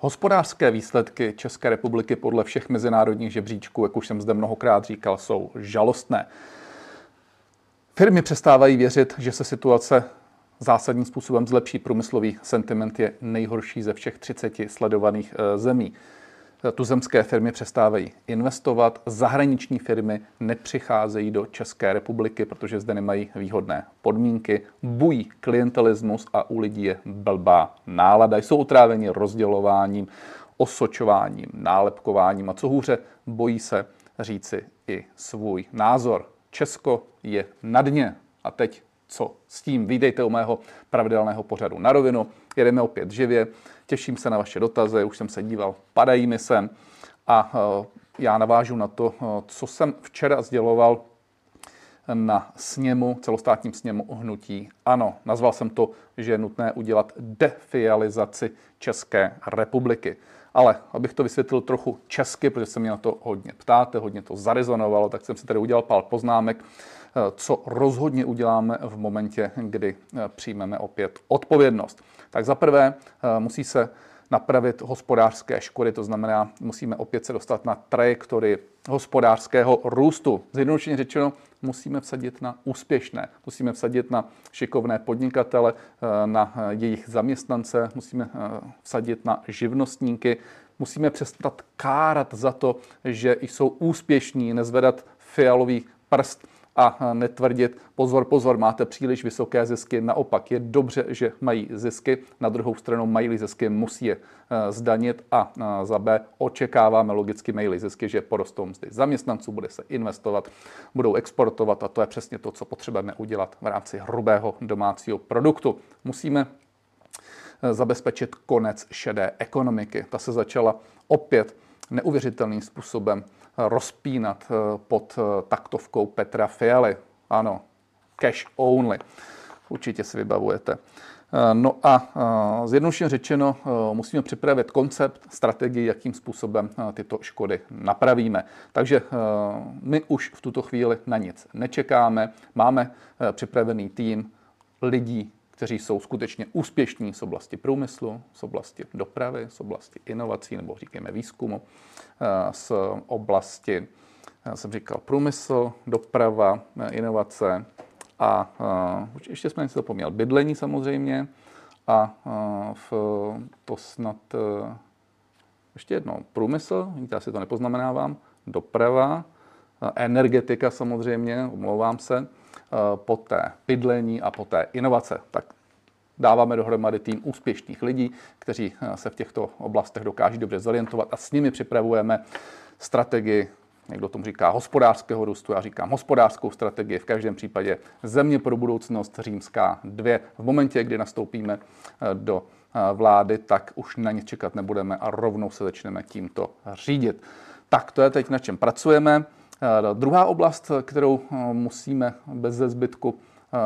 Hospodářské výsledky České republiky podle všech mezinárodních žebříčků, jak už jsem zde mnohokrát říkal, jsou žalostné. Firmy přestávají věřit, že se situace zásadním způsobem zlepší. Průmyslový sentiment je nejhorší ze všech 30 sledovaných zemí. Tuzemské firmy přestávají investovat, zahraniční firmy nepřicházejí do České republiky, protože zde nemají výhodné podmínky, bují klientelismus a u lidí je blbá nálada. Jsou otráveni rozdělováním, osočováním, nálepkováním a co hůře, bojí se říci i svůj názor. Česko je na dně. A teď co s tím? Vítejte u mého pravidelného pořadu Na rovinu. Jedeme opět živě. Těším se na vaše dotazy, už jsem se díval, padají mi sem a já navážu na to, co jsem včera sděloval na sněmu, celostátním sněmu hnutí ANO. Nazval jsem to, že je nutné udělat defializaci České republiky. Ale abych to vysvětlil trochu česky, protože se mě na to hodně ptáte, hodně to zarezonovalo, tak jsem si tady udělal pár poznámek, co rozhodně uděláme v momentě, kdy přijmeme opět odpovědnost. Tak za prvé musí se napravit hospodářské škody, to znamená, musíme opět se dostat na trajektorii hospodářského růstu. Zjednodušeně řečeno, musíme vsadit na úspěšné, musíme vsadit na šikovné podnikatele, na jejich zaměstnance, musíme vsadit na živnostníky, musíme přestat kárat za to, že jsou úspěšní, nezvedat fialový prst a netvrdit, pozor, pozor, máte příliš vysoké zisky, naopak je dobře, že mají zisky, na druhou stranu mají zisky, musí je zdanit a za B očekáváme logicky mají zisky, že porostou mzdy zaměstnanců, bude se investovat, budou exportovat a to je přesně to, co potřebujeme udělat v rámci hrubého domácího produktu. Musíme zabezpečit konec šedé ekonomiky. Ta se začala opět neuvěřitelným způsobem rozpínat pod taktovkou Petra Fialy. Ano, cash only. Určitě si vybavujete. No a zjednodušeně řečeno, musíme připravit koncept, strategii, jakým způsobem tyto škody napravíme. Takže my už v tuto chvíli na nic nečekáme. Máme připravený tým lidí, kteří jsou skutečně úspěšní z oblasti průmyslu, z oblasti dopravy, z oblasti inovací nebo říkáme výzkumu, z oblasti, jsem říkal, průmysl, doprava, inovace a ještě jsme něco zapomněl, bydlení samozřejmě a to snad ještě jednou průmysl, já si to nepoznamenávám, doprava, energetika samozřejmě, omlouvám se, poté bydlení a poté inovace. Tak dáváme dohromady tým úspěšných lidí, kteří se v těchto oblastech dokáží dobře zorientovat a s nimi připravujeme strategii, někdo tomu říká hospodářského růstu, já říkám hospodářskou strategii, v každém případě země pro budoucnost římská 2. V momentě, kdy nastoupíme do vlády, tak už na ně čekat nebudeme a rovnou se začneme tímto řídit. Tak to je teď, na čem pracujeme. Druhá oblast, kterou musíme bez zbytku,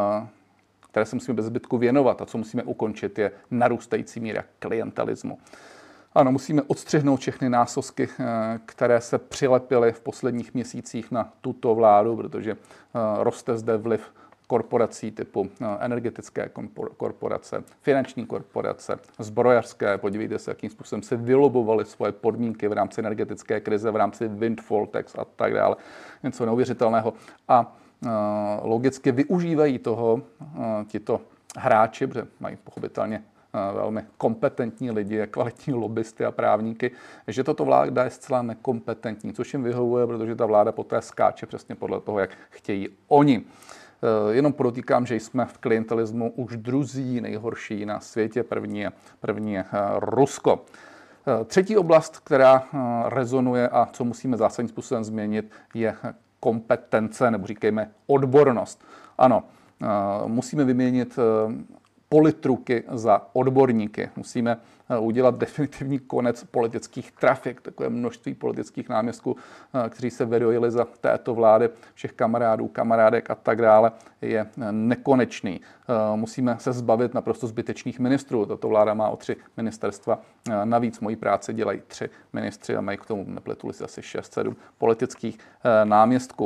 které se musíme bez zbytku věnovat a co musíme ukončit, je narůstající míra klientelismu. Ano, musíme odstřihnout všechny násosky, které se přilepily v posledních měsících na tuto vládu, protože roste zde vliv korporací typu energetické korporace, finanční korporace, zbrojařské. Podívejte se, jakým způsobem se vylobovaly svoje podmínky v rámci energetické krize, v rámci windfall tax a tak dále. Něco neuvěřitelného. A logicky využívají toho tito hráči, protože mají pochopitelně velmi kompetentní lidi, kvalitní lobbysty a právníky, že tato vláda je zcela nekompetentní, což jim vyhovuje, protože ta vláda poté skáče přesně podle toho, jak chtějí oni. Jenom podotýkám, že jsme v klientelismu už druzí nejhorší na světě, první je Rusko. Třetí oblast, která rezonuje a co musíme zásadním způsobem změnit, je kompetence, nebo říkejme odbornost. Ano, musíme vyměnit politruky za odborníky. Musíme udělat definitivní konec politických trafik, takové množství politických náměstků, kteří se vydojili za této vlády, všech kamarádů, kamarádek a tak dále, je nekonečný. Musíme se zbavit naprosto zbytečných ministrů. Tato vláda má o 3 ministerstva. Navíc moji práci dělají 3 ministři a mají k tomu, nepletu-li si, asi 6-7 politických náměstků.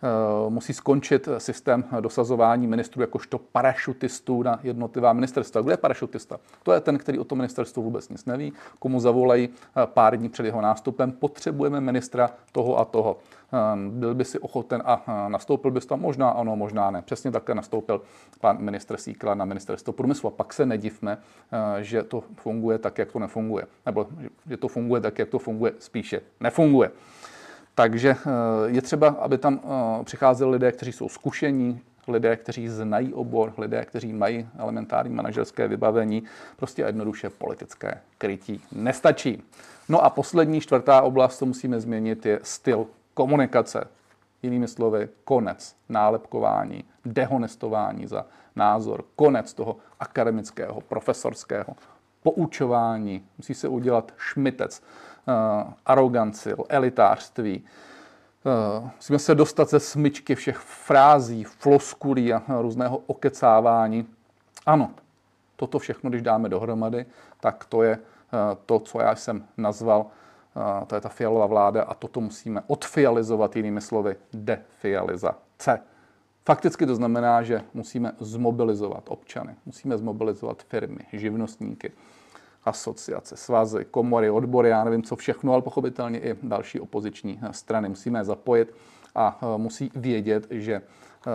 Musí skončit systém dosazování ministrů jakožto parašutistů na jednotlivá ministerstva. Kdo je parašutista? To je ten, který o tom ministerstvu vůbec nic neví, komu zavolají pár dní před jeho nástupem. Potřebujeme ministra toho a toho. Byl by si ochoten a nastoupil bys tam? Možná ano, možná ne. Přesně takhle nastoupil pan ministr Síkela na ministerstvo průmyslu. A pak se nedivme, že to funguje tak, jak to nefunguje. Nebo že to funguje tak, jak to funguje, spíše nefunguje. Takže je třeba, aby tam přicházeli lidé, kteří jsou zkušení, lidé, kteří znají obor, lidé, kteří mají elementární manažerské vybavení, prostě jednoduše politické krytí nestačí. No a poslední, čtvrtá oblast, co musíme změnit, je styl komunikace. Jinými slovy, konec nálepkování, dehonestování za názor, konec toho akademického, profesorského poučování. Musí se udělat šmitec, aroganci, elitářství. Musíme se dostat ze smyčky všech frází, floskulí a různého okecávání. Ano, toto všechno, když dáme dohromady, tak to je to, co já jsem nazval, to je ta Fialová vláda a toto musíme odfializovat, jinými slovy, defializace. Fakticky to znamená, že musíme zmobilizovat občany, musíme zmobilizovat firmy, živnostníky, asociace, svazy, komory, odbory, já nevím co všechno, ale pochopitelně i další opoziční strany. Musíme je zapojit a musí vědět, že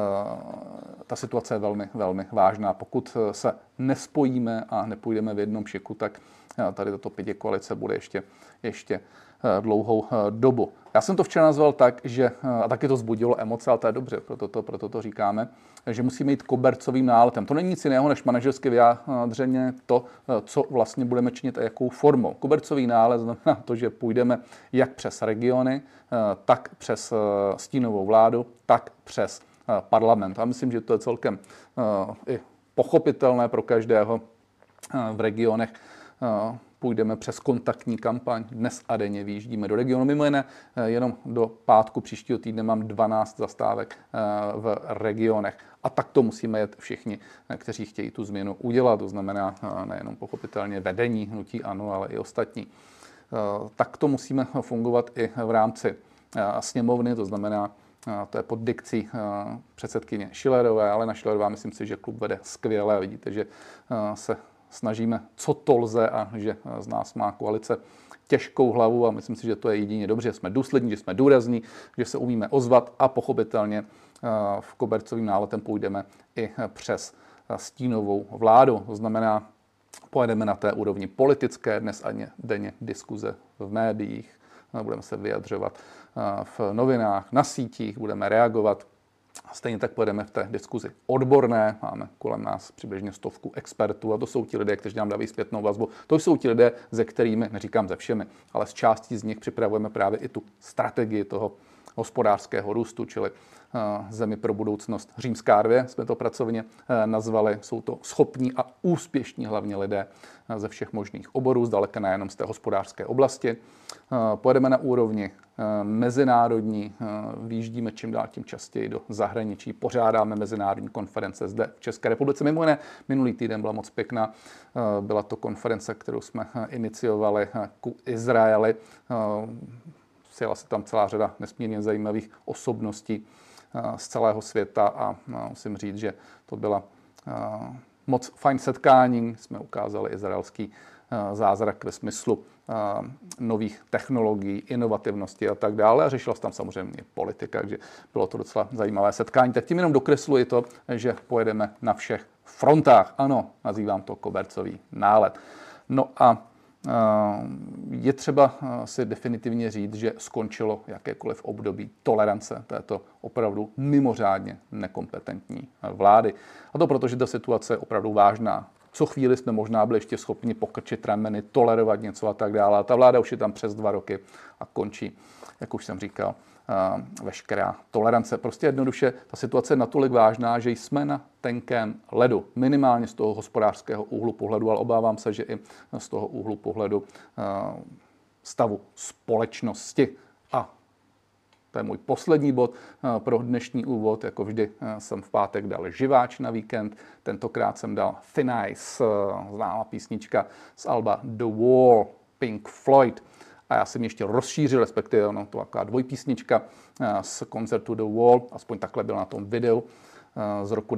ta situace je velmi, velmi vážná. Pokud se nespojíme a nepůjdeme v jednom šiku, tak tady tato pětikoalice bude ještě dlouhou dobu. Já jsem to včera nazval tak, že, a taky to vzbudilo emoce, ale to je dobře, proto to říkáme, že musíme jít kobercovým náletem. To není nic jiného než manažersky vyjádřeně to, co vlastně budeme činit a jakou formou. Kobercový nález znamená to, že půjdeme jak přes regiony, tak přes stínovou vládu, tak přes parlament. A myslím, že to je celkem i pochopitelné pro každého v regionech. Půjdeme přes kontaktní kampaň. Dnes a denně vyjíždíme do regionu. Mimo jiné, jenom do pátku příštího týdne mám 12 zastávek v regionech. A tak to musíme jet všichni, kteří chtějí tu změnu udělat. To znamená nejenom pochopitelně vedení hnutí ANO, ale i ostatní. Tak to musíme fungovat i v rámci sněmovny, to znamená, to je pod dikcí předsedkyně Schillerové, Alena Schillerová, myslím si, že klub vede skvěle a vidíte, že se snažíme, co to lze a že z nás má koalice těžkou hlavu a myslím si, že to je jedině dobře, že jsme důslední, že jsme důrazní, že se umíme ozvat a pochopitelně v kobercovým náletem půjdeme i přes stínovou vládu. To znamená, pojedeme na té úrovni politické, dnes a denně diskuze v médiích, budeme se vyjadřovat v novinách, na sítích, budeme reagovat. Stejně tak pojedeme v té diskuzi odborné, máme kolem nás přibližně 100 expertů a to jsou ti lidé, kteří nám dávají zpětnou vazbu. To jsou ti lidé, se kterými, neříkám ze všemi, ale s částí z nich připravujeme právě i tu strategii toho hospodářského růstu, čili zemi pro budoucnost Římská 2, jsme to pracovně nazvali. Jsou to schopní a úspěšní hlavně lidé ze všech možných oborů, zdaleka nejenom z té hospodářské oblasti. Pojedeme na úrovni mezinárodní, výjíždíme čím dál tím častěji do zahraničí, pořádáme mezinárodní konference zde v České republice. Mimo jiné, minulý týden byla moc pěkná, byla to konference, kterou jsme iniciovali ku Izraeli. Sjela se tam celá řada nesmírně zajímavých osobností z celého světa a musím říct, že to byla moc fajn setkání. Jsme ukázali izraelský zázrak ve smyslu nových technologií, inovativnosti a tak dále. A řešila se tam samozřejmě politika, takže bylo to docela zajímavé setkání. Tak tím jenom dokresluji to, že pojedeme na všech frontách. Ano, nazývám to kobercový nálet. No a je třeba si definitivně říct, že skončilo jakékoliv období tolerance této opravdu mimořádně nekompetentní vlády. A to proto, že ta situace je opravdu vážná. Co chvíli jsme možná byli ještě schopni pokrčit rameny, tolerovat něco a tak dále. A ta vláda už je tam přes 2 roky a končí, jak už jsem říkal, veškerá tolerance. Prostě jednoduše ta situace je natolik vážná, že jsme na tenkém ledu. Minimálně z toho hospodářského úhlu pohledu, ale obávám se, že i z toho úhlu pohledu stavu společnosti. A to je můj poslední bod pro dnešní úvod. Jako vždy jsem v pátek dal živáč na víkend. Tentokrát jsem dal Thin Ice, známá písnička z alba The Wall, Pink Floyd. A já jsem ještě rozšířil, respektive ono to taková dvojpísnička z koncertu The Wall, aspoň takhle byl na tom videu, z roku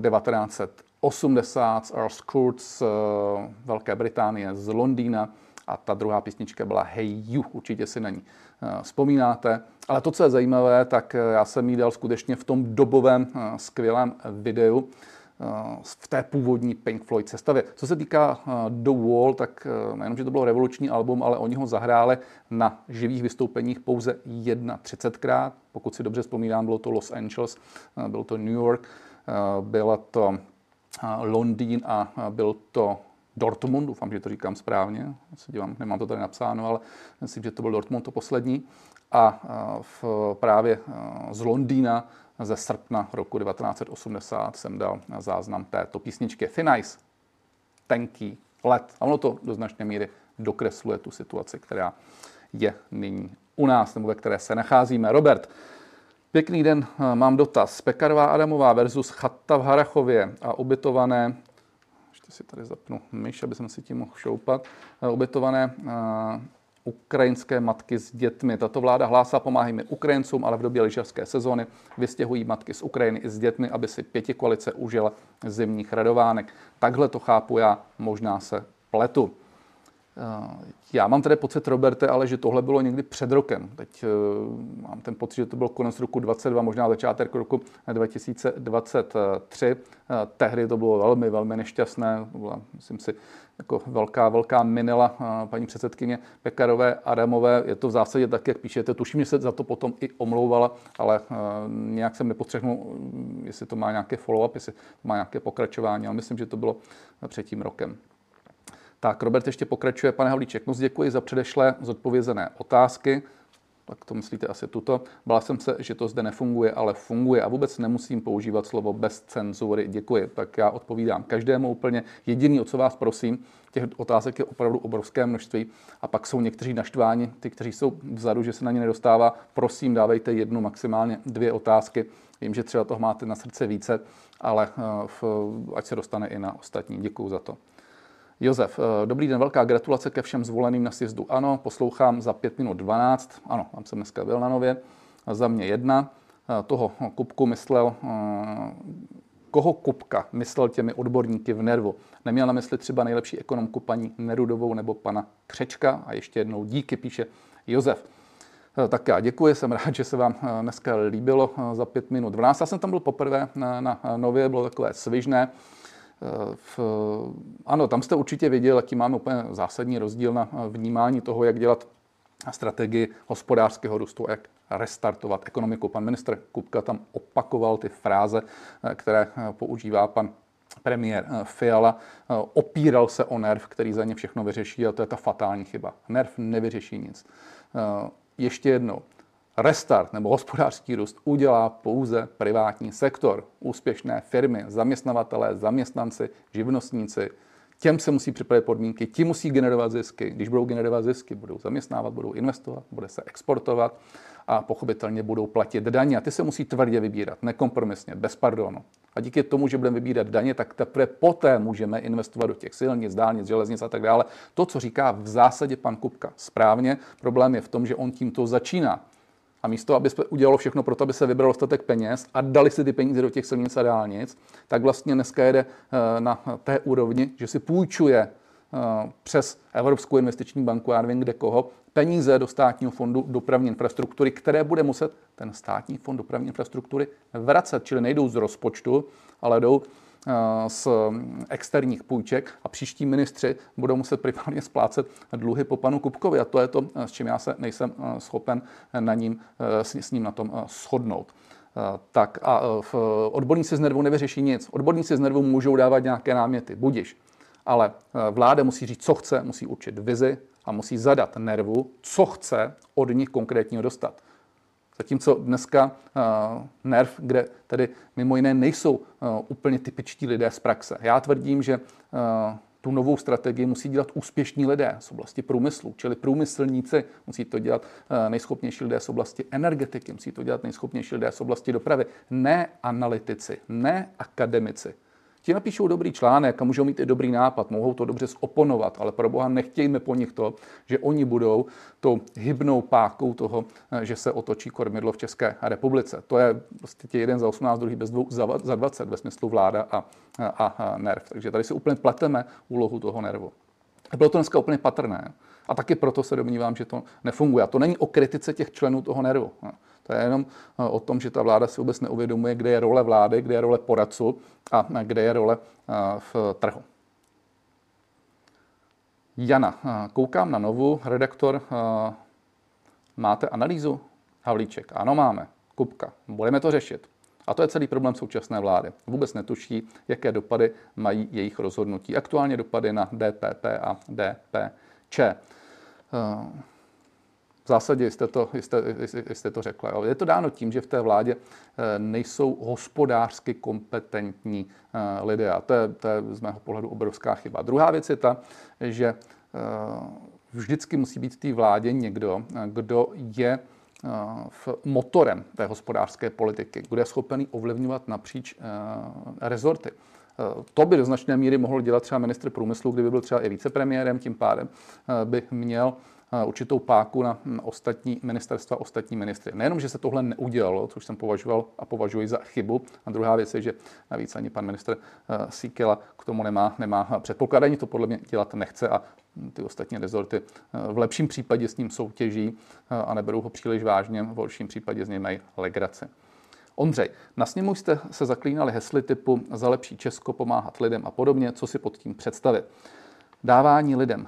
1980 z Earl Court z Velké Británie, z Londýna. A ta druhá písnička byla Hey You, určitě si na ní vzpomínáte. Ale to, co je zajímavé, tak já jsem ji dal skutečně v tom dobovém skvělém videu, v té původní Pink Floyd sestavě. Co se týká The Wall, tak nejenom, že to bylo revoluční album, ale oni ho zahráli na živých vystoupeních pouze 31krát. Pokud si dobře vzpomínám, bylo to Los Angeles, byl to New York, byla to Londýn a byl to Dortmund, doufám, že to říkám správně, já se dívám, nemám to tady napsáno, ale myslím, že to byl Dortmund to poslední. A právě z Londýna ze srpna roku 1980 jsem dal záznam této písničky. Thin Ice, tenký led. A ono to do značné míry dokresluje tu situaci, která je nyní u nás, nebo ve které se nacházíme. Robert, pěkný den, mám dotaz. Pekarová Adamová versus chata v Harrachově a ubytované, ještě si tady zapnu myš, aby jsem si tím mohl šoupat, ubytované ukrajinské matky s dětmi. Tato vláda hlásá, pomáhejme Ukrajincům, ale v době lyžařské sezóny vystěhují matky z Ukrajiny i s dětmi, aby si pětikoalice užila zimních radovánek. Takhle to chápu já, možná se pletu. Já mám tady pocit, Roberte, ale že tohle bylo někdy před rokem. Teď mám ten pocit, že to byl konec roku 2022, možná začátek roku 2023. Tehdy to bylo velmi, velmi nešťastné. To byla, myslím si, jako velká minela paní předsedkyně Pekarové Adamové. Je to v zásadě tak, jak píšete. Tuším, že se za to potom i omlouvala, ale nějak jsem nepostřehnul, jestli to má nějaké follow-up, jestli to má nějaké pokračování, ale myslím, že to bylo před tím rokem. Tak, Robert ještě pokračuje. Pane Havlíček, moc děkuji za předešlé zodpovězené otázky. Tak to myslíte asi tuto. Bál jsem se, že to zde nefunguje, ale funguje a vůbec nemusím používat slovo bez cenzury. Děkuji. Tak já odpovídám každému úplně. Jediný, o co vás prosím, těch otázek je opravdu obrovské množství a pak jsou někteří naštváni, ty, kteří jsou vzadu, že se na ně nedostává. Prosím, dávejte jednu, maximálně 2 otázky. Vím, že třeba toho máte na srdce více, ale ať se dostane i na ostatní. Děkuji za to. Josef, dobrý den, velká gratulace ke všem zvoleným na sjezdu. Ano, poslouchám za 5 minut 12. Ano, tam jsem dneska byl na Nově. Za mě 1. Toho Kupku myslel, koho Kupka myslel těmi odborníky v NERVu. Neměl na mysli třeba nejlepší ekonomku paní Nerudovou nebo pana Křečka. A ještě jednou díky, píše Josef. Tak já děkuji, jsem rád, že se vám dneska líbilo za 5 minut 12. Já jsem tam byl poprvé na Nově, bylo takové svižné. Ano, tam jste určitě viděl, jaký máme úplně zásadní rozdíl na vnímání toho, jak dělat strategii hospodářského růstu, jak restartovat ekonomiku. Pan ministr Kupka tam opakoval ty fráze, které používá pan premiér Fiala. Opíral se o NERV, který za ně všechno vyřeší, a to je ta fatální chyba. NERV nevyřeší nic. Ještě jednou. Restart nebo hospodářský růst udělá pouze privátní sektor, úspěšné firmy, zaměstnavatelé, zaměstnanci, živnostníci. Těm se musí připravit podmínky, ti musí generovat zisky. Když budou generovat zisky, budou zaměstnávat, budou investovat, bude se exportovat a pochopitelně budou platit daně. A ty se musí tvrdě vybírat, nekompromisně, bez pardonu. A díky tomu, že budeme vybírat daně, tak teprve poté můžeme investovat do těch silnic, dálnic, železnic a tak dále. To, co říká v zásadě pan Kupka správně, problém je v tom, že on tímto začíná. A místo, aby se udělalo všechno pro to, aby se vybralo dostatek peněz a dali si ty peníze do těch silnic a dálnic, tak vlastně dneska jede na té úrovni, že si půjčuje přes Evropskou investiční banku, já nevím kde koho, peníze do státního fondu dopravní infrastruktury, které bude muset ten státní fond dopravní infrastruktury vracet. Čili nejdou z rozpočtu, ale jdou z externích půjček a příští ministři budou muset primárně splácet dluhy po panu Kupkovi. A to je to, s čím já se nejsem schopen s ním na tom shodnout. Tak a odborníci z NERVu nevyřeší nic. Odborníci z NERVu můžou dávat nějaké náměty, budiš. Ale vláda musí říct, co chce, musí určit vizi a musí zadat NERVu, co chce od nich konkrétního dostat. Zatímco dneska NERV, kde tedy mimo jiné nejsou úplně typičtí lidé z praxe. Já tvrdím, že tu novou strategii musí dělat úspěšní lidé z oblasti průmyslu, čili průmyslníci, musí to dělat nejschopnější lidé z oblasti energetiky, musí to dělat nejschopnější lidé z oblasti dopravy, ne analytici, ne akademici. Ti napíšou dobrý článek a můžou mít i dobrý nápad, mohou to dobře zoponovat, ale pro boha nechtějme po nich to, že oni budou tou hybnou pákou toho, že se otočí kormidlo v České republice. To je prostě jeden za 18, druhý bez dvou za 20 ve smyslu vláda a NERV. Takže tady si úplně pleteme úlohu toho NERVu. Bylo to dneska úplně patrné. A taky proto se domnívám, že to nefunguje. A to není o kritice těch členů toho NERVu. To je jenom o tom, že ta vláda si vůbec neuvědomuje, kde je role vlády, kde je role poradců a kde je role v trhu. Jana, koukám na Novu, redaktor, máte analýzu? Havlíček, ano máme. Kupka, budeme to řešit. A to je celý problém současné vlády. Vůbec netuší, jaké dopady mají jejich rozhodnutí. Aktuálně dopady na DPP a DPČ. V zásadě jste to řekla. Je to dáno tím, že v té vládě nejsou hospodářsky kompetentní lidé. A to je z mého pohledu obrovská chyba. Druhá věc je ta, že vždycky musí být v té vládě někdo, kdo je motorem té hospodářské politiky, kdo je schopený ovlivňovat napříč rezorty. To by do značné míry mohl dělat třeba ministr průmyslu, kdyby byl třeba i vicepremiérem, tím pádem by měl určitou páku na ostatní ministerstva, ostatní ministry. Nejenom, že se tohle neudělalo, což jsem považoval a považuji za chybu. A druhá věc je, že navíc ani pan ministr Síkela k tomu nemá předpokládání, to podle mě dělat nechce a ty ostatní rezorty v lepším případě s ním soutěží a neberou ho příliš vážně, v horším případě z něj mají legraci. Ondřej, na sněmu jste se zaklínali hesly typu za lepší Česko, pomáhat lidem a podobně. Co si pod tím představit? Dávání lidem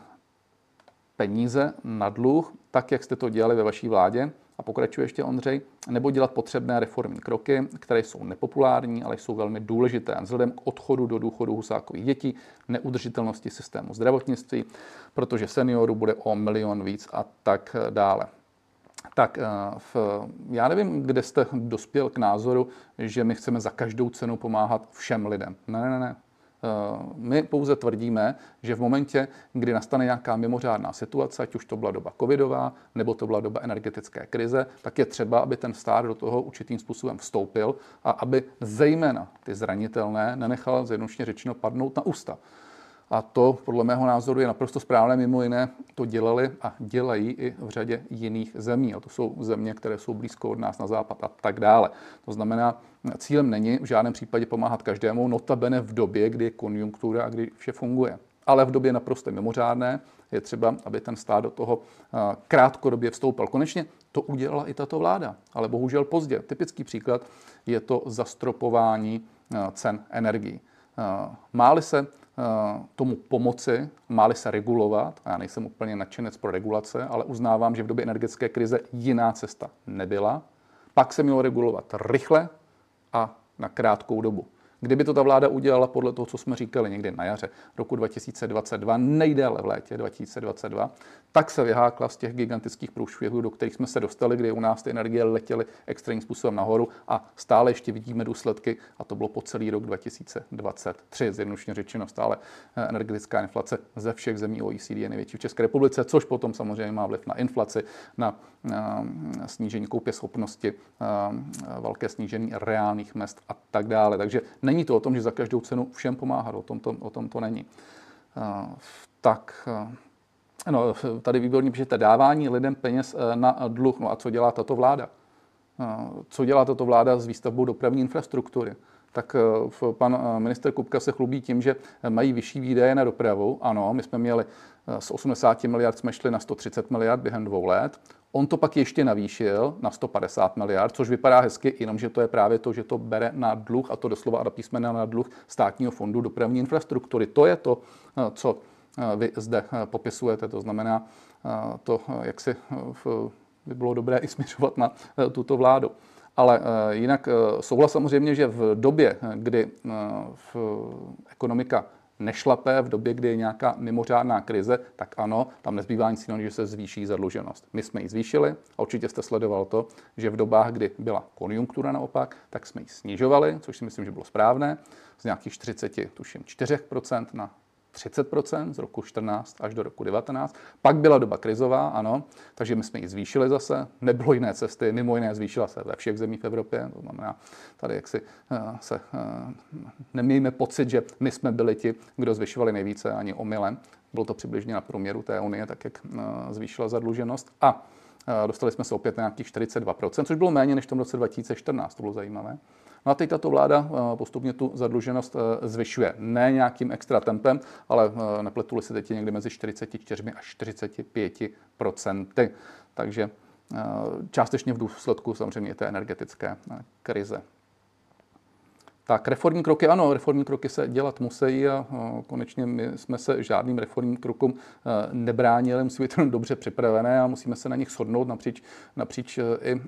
peníze na dluh, tak, jak jste to dělali ve vaší vládě, a pokračuje ještě Ondřej, nebo dělat potřebné reformní kroky, které jsou nepopulární, ale jsou velmi důležité vzhledem k odchodu do důchodu Husákových dětí, neudržitelnosti systému zdravotnictví, protože seniorů bude o 1 milion víc a tak dále. Tak já nevím, kde jste dospěl k názoru, že my chceme za každou cenu pomáhat všem lidem. Ne. My pouze tvrdíme, že v momentě, kdy nastane nějaká mimořádná situace, ať už to byla doba covidová, nebo to byla doba energetické krize, tak je třeba, aby ten stát do toho určitým způsobem vstoupil a aby zejména ty zranitelné nenechal zjednodušeně řečeno padnout na ústa. A to podle mého názoru je naprosto správné, mimo jiné to dělali a dělají i v řadě jiných zemí. A to jsou země, které jsou blízko od nás na západ a tak dále. To znamená, cílem není v žádném případě pomáhat každému, notabene v době, kdy je konjunktura a kdy vše funguje. Ale v době naprosto mimořádné je třeba, aby ten stát do toho krátkodobě vstoupil. Konečně to udělala i tato vláda, ale bohužel pozdě. Typický příklad je to zastropování cen energií. Máli se tomu pomoci, máli se regulovat, a já nejsem úplně nadšenec pro regulace, ale uznávám, že v době energetické krize jiná cesta nebyla, pak se mělo regulovat rychle a na krátkou dobu. Kdyby to ta vláda udělala podle toho, co jsme říkali někdy na jaře roku 2022, nejdéle v létě 2022, tak se vyhákla z těch gigantických průšvihů, do kterých jsme se dostali, kdy u nás ty energie letěly extrémním způsobem nahoru a stále ještě vidíme důsledky, a to bylo po celý rok 2023. Zjednodušeně řečeno, stále energetická inflace ze všech zemí OECD je největší v České republice, což potom samozřejmě má vliv na inflaci, na snížení koupěschopnosti, velké snížení reálných mezd a tak dále. Takže není to o tom, že za každou cenu všem pomáhat, o tom to není. No, tady výborně píšete dávání lidem peněz na dluh. No a co dělá tato vláda? Co dělá tato vláda s výstavbou dopravní infrastruktury? Tak pan ministr Kupka se chlubí tím, že mají vyšší výdaje na dopravu. Ano, my jsme měli z 80 miliard, jsme šli na 130 miliard během 2 let. On to pak ještě navýšil na 150 miliard, což vypadá hezky, jenomže to je právě to, že to bere na dluh, a to doslova a do písmena na dluh Státního fondu dopravní infrastruktury. To je to, co vy zde popisujete. To znamená, to, jak si by bylo dobré i směřovat na tuto vládu. Ale jinak souhlas samozřejmě, že v době, kdy ekonomika nešlape, v době, kdy je nějaká mimořádná krize, tak ano, tam nezbývá nic jiného, že se zvýší zadluženost. My jsme ji zvýšili a určitě jste sledoval to, že v dobách, kdy byla konjunktura naopak, tak jsme ji snižovali, což si myslím, že bylo správné, z nějakých 44% na 30% z roku 14 až do roku 19. Pak byla doba krizová, ano, takže my jsme ji zvýšili zase, nebylo jiné cesty, mimo jiné zvýšila se ve všech zemích v Evropě, to znamená, tady jaksi nemějme pocit, že my jsme byli ti, kdo zvyšovali nejvíce ani omylem. Bylo to přibližně na průměru té unie, tak jak zvýšila zadluženost a dostali jsme se opět na nějakých 42%, což bylo méně než v tom roce 2014, to bylo zajímavé. No a teď tato vláda postupně tu zadluženost zvyšuje. Ne nějakým extra tempem, ale nepletuli se teď někdy mezi 44 až 45%. Takže částečně v důsledku samozřejmě té energetické krize. Tak reformní kroky, ano, reformní kroky se dělat musí a konečně my jsme se žádným reformním krokům nebránili, musí být jenom dobře připravené a musíme se na nich shodnout napříč i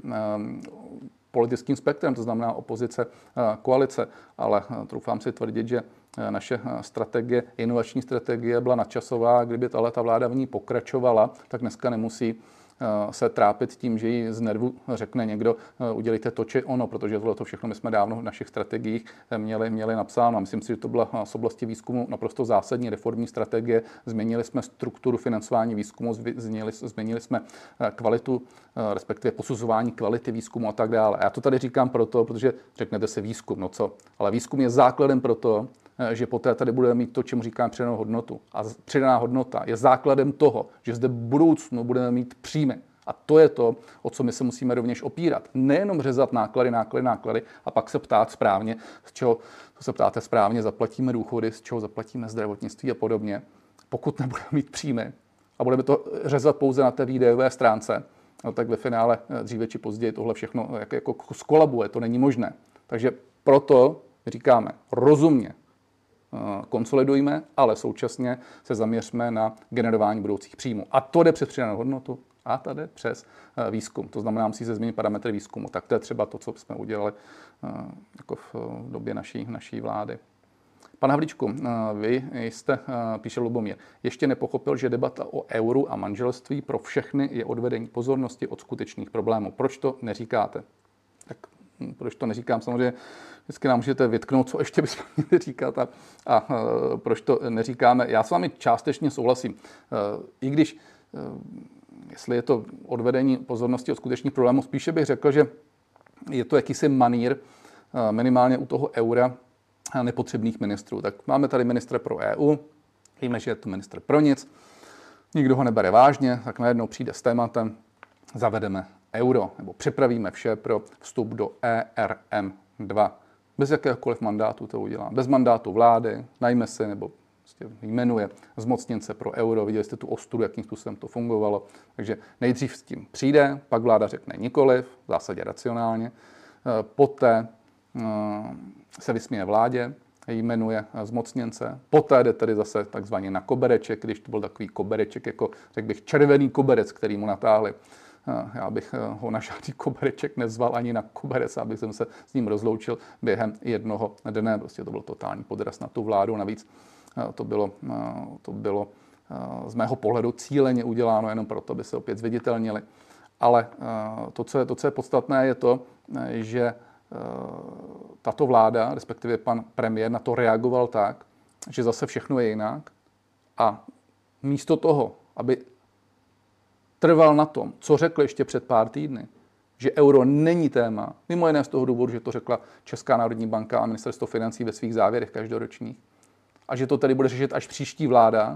politickým spektrem, to znamená opozice, koalice, ale troufám si tvrdit, že naše strategie, inovační strategie byla nadčasová, kdyby ta vláda v ní pokračovala, tak dneska nemusí se trápit tím, že jí z nervu řekne někdo, udělejte to či ono, protože to všechno my jsme dávno v našich strategiích měli napsáno. Myslím si, že to byla z oblasti výzkumu naprosto zásadní reformní strategie. Změnili jsme strukturu financování výzkumu, změnili jsme kvalitu, respektive posuzování kvality výzkumu a tak dále. A já to tady říkám proto, protože řeknete si výzkum, no co? Ale výzkum je základem proto, že poté tady budeme mít to, čemu říkám přidanou hodnotu. A přidaná hodnota je základem toho, že zde v budoucnu budeme mít příjmy. A to je to, o co my se musíme rovněž opírat. Nejenom řezat náklady a pak se ptát správně, z čeho, to se ptáte správně, zaplatíme důchody, z čeho zaplatíme zdravotnictví a podobně. Pokud nebudeme mít příjmy a budeme to řezat pouze na té výdajové stránce, no tak ve finále dříve či později tohle všechno jako skolabuje, to není možné. Takže proto říkáme rozumně, konsolidujme, ale současně se zaměřme na generování budoucích příjmů. A to jde přes přidanou hodnotu a to jde přes výzkum. To znamená, musí se změnit parametry výzkumu. Tak to je třeba to, co jsme udělali jako v době naší vlády. Pan Havlíčku, vy jste, píše Lubomír, ještě nepochopil, že debata o euru a manželství pro všechny je odvedení pozornosti od skutečných problémů. Proč to neříkáte? Tak proč to neříkám? Samozřejmě vždycky nám můžete vytknout, co ještě bychom měli říkat a proč to neříkáme. Já s vámi částečně souhlasím. I když, jestli je to odvedení pozornosti od skutečných problémů, spíše bych řekl, že je to jakýsi manír minimálně u toho eura nepotřebných ministrů. Tak máme tady ministra pro EU, víme, že je to ministr pro nic, nikdo ho nebere vážně, tak najednou přijde s tématem, zavedeme euro, nebo připravíme vše pro vstup do ERM2. Bez jakéhokoliv mandátu to udělá. Bez mandátu vlády, najme si, nebo prostě jmenuje zmocněnce pro euro. Viděli jste tu ostudu, jakým způsobem to fungovalo. Takže nejdřív s tím přijde, pak vláda řekne nikoliv, v zásadě racionálně. Poté se vysměje vládě, jmenuje zmocněnce. Poté jde tedy zase takzvaně na kobereček, když to byl takový kobereček, jako řekl bych červený koberec, který mu natáhli. Já bych ho na žádný kobereček nezval ani na koberec, abych se s ním rozloučil během jednoho dne. Prostě to byl totální podraz na tu vládu. Navíc to bylo z mého pohledu cíleně uděláno jenom proto, aby se opět zviditelnili. Ale to, co je podstatné, je to, že tato vláda, respektive pan premiér, na to reagoval tak, že zase všechno je jinak a místo toho, aby trval na tom, co řekl ještě před pár týdny, že euro není téma, mimo jiné z toho důvodu, že to řekla Česká národní banka a ministerstvo financí ve svých závěrech každoročních, a že to tedy bude řešit až příští vláda,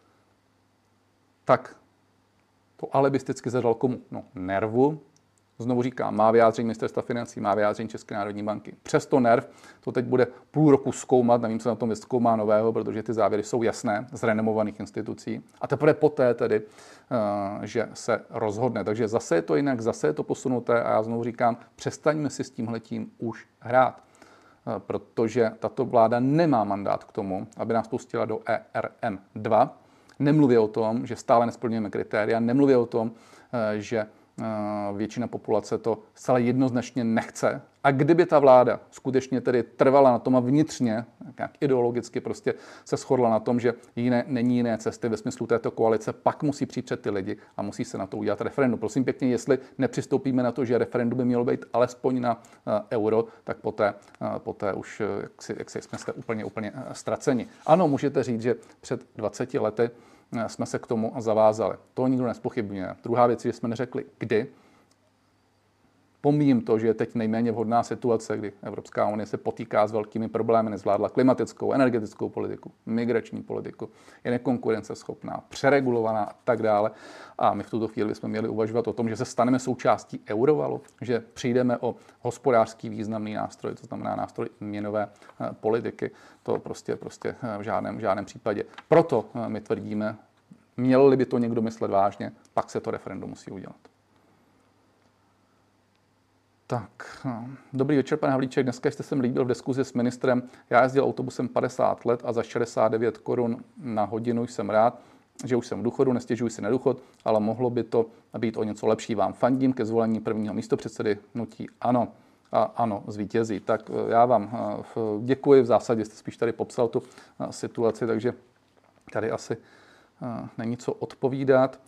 tak to alibisticky zadal komu? No, nervu. Znovu říkám, má vyjádření ministerstva financí, má vyjádření České národní banky. Přesto NERV to teď bude půl roku zkoumat, nevím, co na tom vyzkoumá nového, protože ty závěry jsou jasné z renomovaných institucí. A teprve poté tedy, že se rozhodne. Takže zase je to jinak, zase je to posunuté a já znovu říkám, přestaňme si s tímhletím už hrát. Protože tato vláda nemá mandát k tomu, aby nás pustila do ERM2. Nemluví o tom, že stále nesplňujeme kritéria, nemluví o tom, že většina populace to zcela jednoznačně nechce. A kdyby ta vláda skutečně tedy trvala na tom a vnitřně, nějak ideologicky prostě se shodla na tom, že není jiné cesty ve smyslu této koalice, pak musí přijít před ty lidi a musí se na to udělat referendum. Prosím pěkně, jestli nepřistoupíme na to, že referendum by mělo být alespoň na euro, tak poté už jak jsme jste úplně ztraceni. Ano, můžete říct, že před 20 lety jsme se k tomu zavázali. To nikdo nezpochybňuje. Druhá věc, že jsme neřekli kdy. Pomíjím to, že je teď nejméně vhodná situace, kdy Evropská unie se potýká s velkými problémy, nezvládla klimatickou, energetickou politiku, migrační politiku, je nekonkurenceschopná, přeregulovaná a tak dále. A my v tuto chvíli jsme měli uvažovat o tom, že se staneme součástí eurovalu, že přijdeme o hospodářský významný nástroj, to znamená nástroj měnové politiky. To prostě v žádném případě. Proto my tvrdíme, měl by to někdo myslet vážně, pak se to referendum musí udělat. Tak, dobrý večer, pane Havlíček. Dneska jste se líbil v diskuzi s ministrem. Já jezdil autobusem 50 let a za 69 korun na hodinu jsem rád, že už jsem v důchodu, nestěžuji si na důchod, ale mohlo by to být o něco lepší. Vám fandím ke zvolení prvního místopředsedy hnutí ANO. A ano, zvítězí. Tak já vám děkuji. V zásadě jste spíš tady popsal tu situaci, takže tady asi není co odpovídat.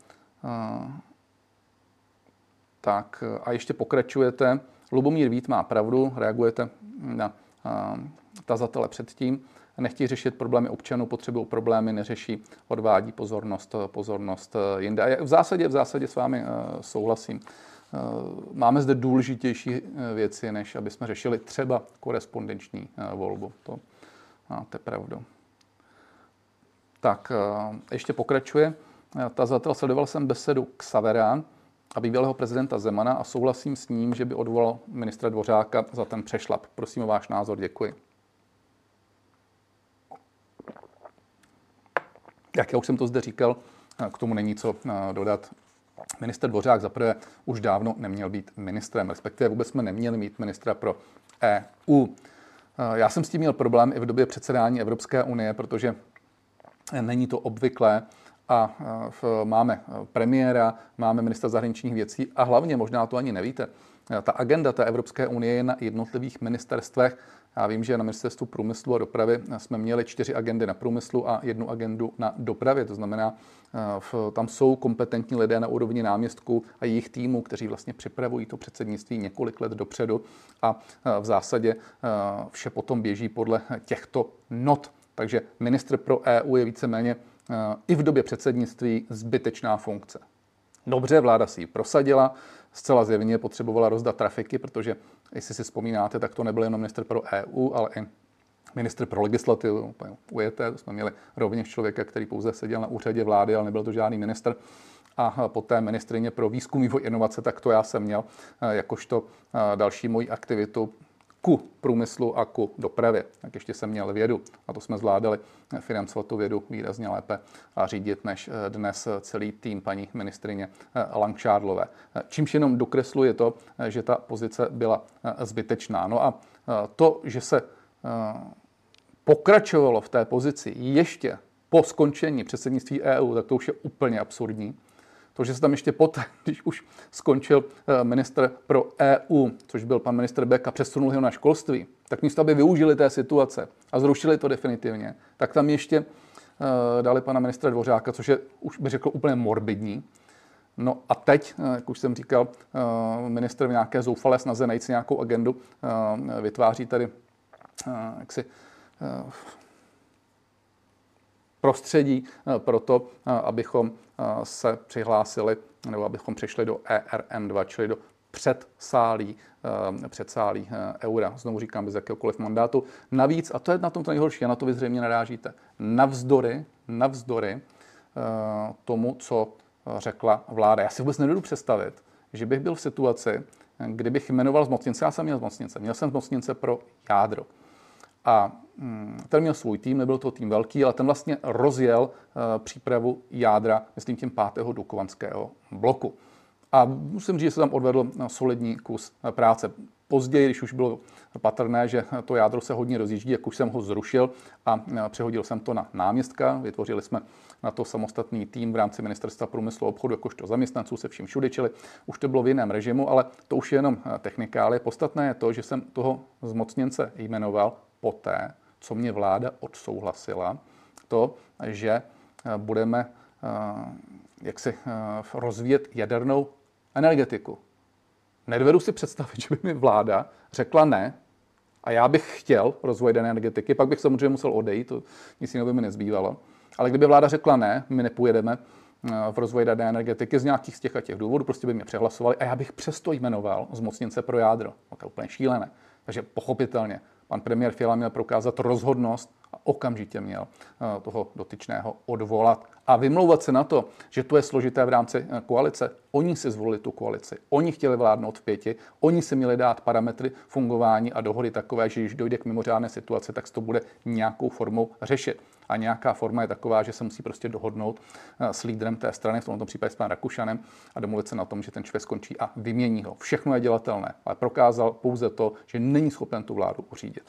Tak a ještě pokračujete. Lubomír Vít má pravdu, reagujete na tazatele předtím. Nechtějí řešit problémy občanů, potřebují problémy, neřeší, odvádí pozornost jinde. A v zásadě s vámi souhlasím. Máme zde důležitější věci, než aby jsme řešili třeba korespondenční volbu. To máte pravdu. Tak ještě pokračuje. Tazatel, sledoval jsem besedu Xavera a bývalého prezidenta Zemana a souhlasím s ním, že by odvolal ministra Dvořáka za ten přešlap. Prosím o váš názor, děkuji. Jak já už jsem to zde říkal, k tomu není co dodat. Ministr Dvořák zaprvé už dávno neměl být ministrem, respektive vůbec jsme neměli mít ministra pro EU. Já jsem s tím měl problém i v době předsedání Evropské unie, protože není to obvyklé a máme premiéra, máme ministra zahraničních věcí a hlavně, možná to ani nevíte, ta agenda té Evropské unie je na jednotlivých ministerstvech. Já vím, že na ministerstvu průmyslu a dopravy jsme měli 4 agendy na průmyslu a 1 agendu na dopravě. To znamená, tam jsou kompetentní lidé na úrovni náměstků a jejich týmu, kteří vlastně připravují to předsednictví několik let dopředu a v zásadě vše potom běží podle těchto not. Takže ministr pro EU je víceméně i v době předsednictví zbytečná funkce. Dobře, vláda si ji prosadila, zcela zjevně potřebovala rozdat trafiky, protože, jestli si vzpomínáte, tak to nebyl jenom ministr pro EU, ale i ministr pro legislativu, ujete, to jsme měli rovněž člověka, který pouze seděl na úřadě vlády, ale nebyl to žádný ministr. A poté ministryně pro výzkum, vývoj, inovace, tak to já jsem měl jakožto další moji aktivitu ku průmyslu a ku dopravě. Tak ještě jsem měl vědu a to jsme zvládali financovat tu vědu výrazně lépe a řídit než dnes celý tým paní ministryně Langšádlové. Čímž jenom dokresluje to, že ta pozice byla zbytečná. No a to, že se pokračovalo v té pozici ještě po skončení předsednictví EU, tak to už je úplně absurdní. To, že se tam ještě poté, když už skončil ministr pro EU, což byl pan ministr Bek a přesunul ho na školství, tak místo, aby využili té situace a zrušili to definitivně, tak tam ještě dali pana ministra Dvořáka, což je, už bych řekl, úplně morbidní. No a teď, jak už jsem říkal, ministr v nějaké zoufalé snaze najít si nějakou agendu vytváří tady jaksi prostředí pro to, abychom se přihlásili nebo abychom přišli do ERM2, čili do předsálí eura. Znovu říkám, bez jakéhokoliv mandátu. Navíc, a to je na tom to nejhorší, a na to vy zřejmě narážíte, navzdory tomu, co řekla vláda. Já si vůbec nedovedu představit, že bych byl v situaci, kdybych jmenoval zmocněnce. Já jsem měl zmocněnce. Měl jsem zmocněnce pro jádro. A ten měl svůj tým, nebyl to tým velký, ale ten vlastně rozjel přípravu jádra, myslím tím 5. dukovanského bloku. A musím říct, že se tam odvedl solidní kus práce. později, když už bylo patrné, že to jádro se hodně rozjíždí, jak už jsem ho zrušil a přehodil jsem to na náměstka. Vytvořili jsme na to samostatný tým v rámci Ministerstva průmyslu a obchodu, jakožto zaměstnanců se vším všudy, čili už to bylo v jiném režimu, ale to už je jenom technikálie. Podstatné je to, že jsem toho zmocněnce jmenoval poté, co mě vláda odsouhlasila, to, že budeme rozvíjet jadernou energetiku. Nedovedu si představit, že by mi vláda řekla ne a já bych chtěl rozvoj jaderné energetiky, pak bych samozřejmě musel odejít, to nic jiného by mi nezbývalo. Ale kdyby vláda řekla ne, my nepůjedeme v rozvoji jaderné energetiky z nějakých z těch a těch důvodů, prostě by mě přehlasovali a já bych přesto jmenoval zmocněnce pro jádro. No, to je úplně šílené. Takže pochopitelně pan premiér Fiala měl prokázat rozhodnost a okamžitě měl toho dotyčného odvolat a vymlouvat se na to, že to je složité v rámci koalice. Oni si zvolili tu koalici, oni chtěli vládnout v 5, oni si měli dát parametry fungování a dohody takové, že když dojde k mimořádné situaci, tak se to bude nějakou formou řešit. A nějaká forma je taková, že se musí prostě dohodnout s lídrem té strany, v tomto případě s panem Rakušanem, a domluvit se na tom, že ten člověk skončí a vymění ho. Všechno je dělatelné, ale prokázal pouze to, že není schopen tu vládu uřídit.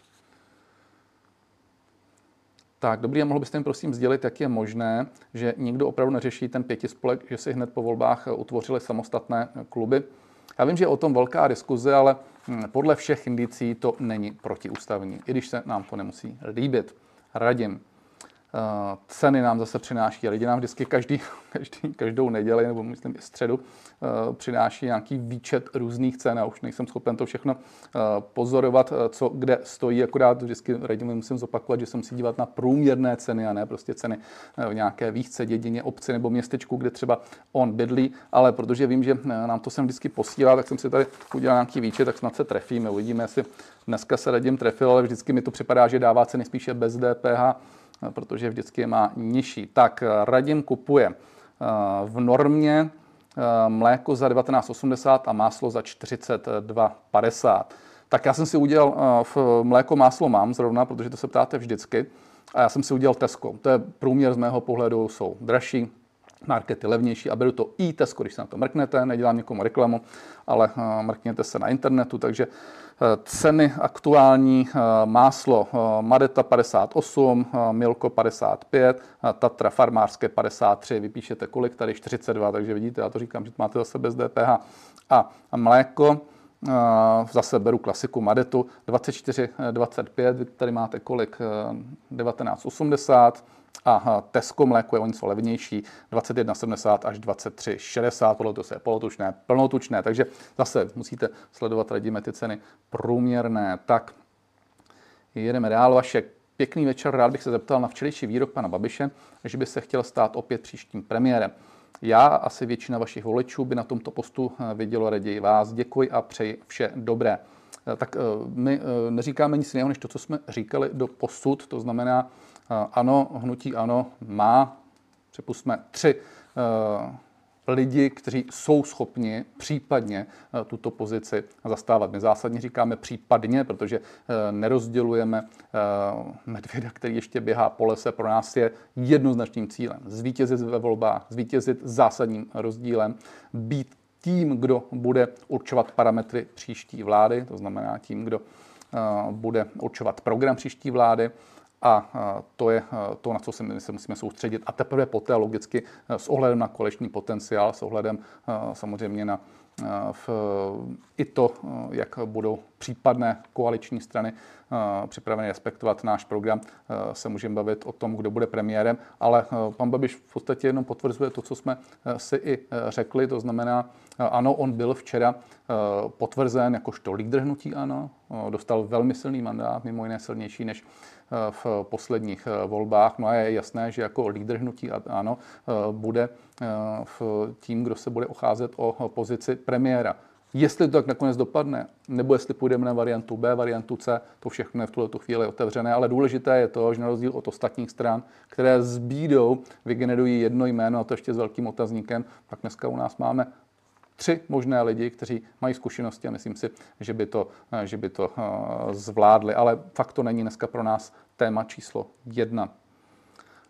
Tak, dobrý, a mohl byste jim prosím sdělit, jak je možné, že nikdo opravdu neřeší ten pětispolek, že si hned po volbách utvořili samostatné kluby? Já vím, že je o tom velká diskuze, ale podle všech indicí to není protiústavní, i když se nám to nemusí líbit. Radím. Ceny nám zase přináší, lidi nám vždycky každou neděli, nebo myslím i středu, přináší nějaký výčet různých cen a už nejsem schopen to všechno pozorovat, co kde stojí, akorát vždycky radím, musím zopakovat, že se musí dívat na průměrné ceny a ne prostě ceny v nějaké výšce, dědině, obci nebo městečku, kde třeba on bydlí, ale protože vím, že nám to sem vždycky posílá, tak jsem si tady udělal nějaký výčet, tak snad se trefíme, uvidíme, jestli dneska se Radim trefil, ale vždycky mi to připadá, že dává ceny spíše bez DPH, protože vždycky je má nižší. Tak Radim kupuje v normě mléko za 19,80 a máslo za 42,50. Tak já jsem si udělal v mléko, máslo mám zrovna, protože to se ptáte vždycky. A já jsem si udělal Tesco. To je průměr z mého pohledu, jsou dražší, markety levnější a beru to i Tesco, když se na to mrknete, nedělám někomu reklamu, ale mrkněte se na internetu, takže ceny aktuální: máslo Madeta 58, Milko 55, Tatra farmářské 53, vypíšete kolik tady, 42, takže vidíte, já to říkám, že to máte zase bez DPH. A mléko, zase beru klasiku Madetu, 24,25, vy tady máte kolik, 19,80, a Tesco mléko je o něco levnější, 21,70 až 23,60, podle toho se je polotučné, plnotučné, takže zase musíte sledovat, radíme ty ceny průměrné. Tak jedeme dál. Vašek, pěkný večer, rád bych se zeptal na včerejší výrok pana Babiše, že by se chtěl stát opět příštím premiérem. Já a asi většina vašich voličů by na tomto postu vidělo raději vás. Děkuji a přeji vše dobré. Tak my neříkáme nic jiného, než to, co jsme říkali do posud, to znamená, ano, hnutí ANO má, připustme, 3 lidi, kteří jsou schopni případně tuto pozici zastávat. My zásadně říkáme případně, protože nerozdělujeme medvěda, který ještě běhá po lese. Pro nás je jednoznačným cílem zvítězit ve volbách, zvítězit zásadním rozdílem, být tím, kdo bude určovat parametry příští vlády, to znamená tím, kdo bude určovat program příští vlády. A to je to, na co se musíme soustředit. A teprve poté logicky s ohledem na koaliční potenciál, s ohledem samozřejmě na i to, jak budou případné koaliční strany připraveny respektovat náš program, se můžeme bavit o tom, kdo bude premiérem, ale pan Babiš v podstatě jenom potvrzuje to, co jsme si i řekli, to znamená, ano, on byl včera potvrzen jakožto lídr hnutí ANO, dostal velmi silný mandát, mimo jiné silnější než v posledních volbách. No a je jasné, že jako lídr hnutí ANO bude tím, kdo se bude ucházet o pozici premiéra. Jestli to tak nakonec dopadne, nebo jestli půjdeme na variantu B, variantu C, to všechno je v tuto chvíli otevřené, ale důležité je to, že na rozdíl od ostatních stran, které s bídou vygenerují jedno jméno, a to ještě s velkým otazníkem, pak dneska u nás máme 3 možné lidi, kteří mají zkušenosti a myslím si, že by to zvládli. Ale fakt to není dneska pro nás téma číslo 1.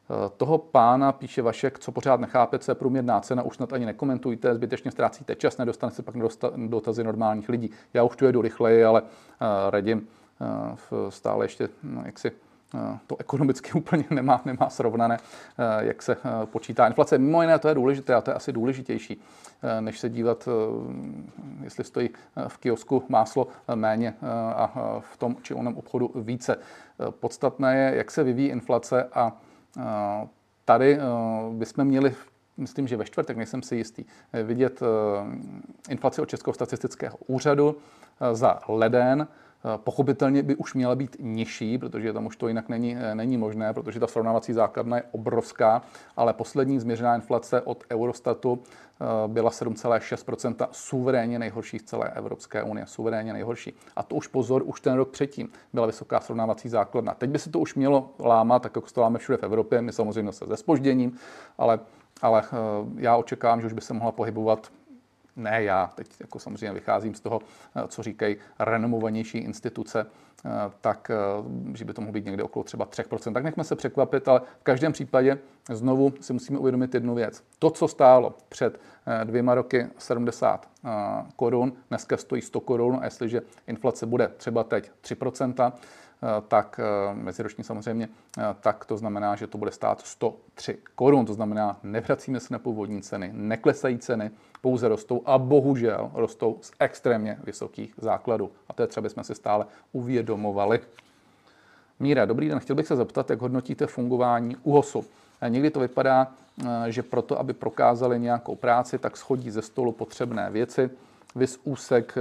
Toho pána, píše Vašek, co pořád nechápe, co je průměrná cena, už snad ani nekomentujte, zbytečně ztrácíte čas, nedostane se pak dotazy normálních lidí. Já už tu jedu rychleji, ale radím stále ještě jaksi to ekonomicky úplně nemá srovnané, jak se počítá inflace. Mimo jiné, to je důležité a to je asi důležitější, než se dívat, jestli stojí v kiosku máslo méně a v tom či onom obchodu více. Podstatné je, jak se vyvíjí inflace a tady bychom měli, myslím, že ve čtvrtek, nejsem si jistý, vidět inflaci od Českého statistického úřadu za leden. Pochopitelně by už měla být nižší, protože tam už to jinak není možné, protože ta srovnávací základna je obrovská, ale poslední změřená inflace od Eurostatu byla 7,6%, suverénně nejhorší z celé Evropské unie, suverénně nejhorší. A to už pozor, už ten rok předtím byla vysoká srovnávací základna. Teď by se to už mělo lámat, tak jako se to láme všude v Evropě, my samozřejmě se zpožděním, ale já očekávám, že už by se mohla pohybovat. Ne já, teď jako samozřejmě vycházím z toho, co říkají renomovanější instituce, tak že by to mohlo být někde okolo třeba 3%. Tak nechme se překvapit, ale v každém případě znovu si musíme uvědomit jednu věc. To, co stálo před 2 roky 70 korun, dneska stojí 100 korun a jestliže inflace bude třeba teď 3%, tak meziroční samozřejmě, tak to znamená, že to bude stát 103 korun. To znamená, nevracíme se na původní ceny, neklesají ceny, pouze rostou a bohužel rostou z extrémně vysokých základů. A to je třeba, jsme si stále uvědomovali. Míra, dobrý den, chtěl bych se zeptat, jak hodnotíte fungování ÚOHSu. Někdy to vypadá, že proto, aby prokázali nějakou práci, tak schodí ze stolu potřebné věci. Vys úsek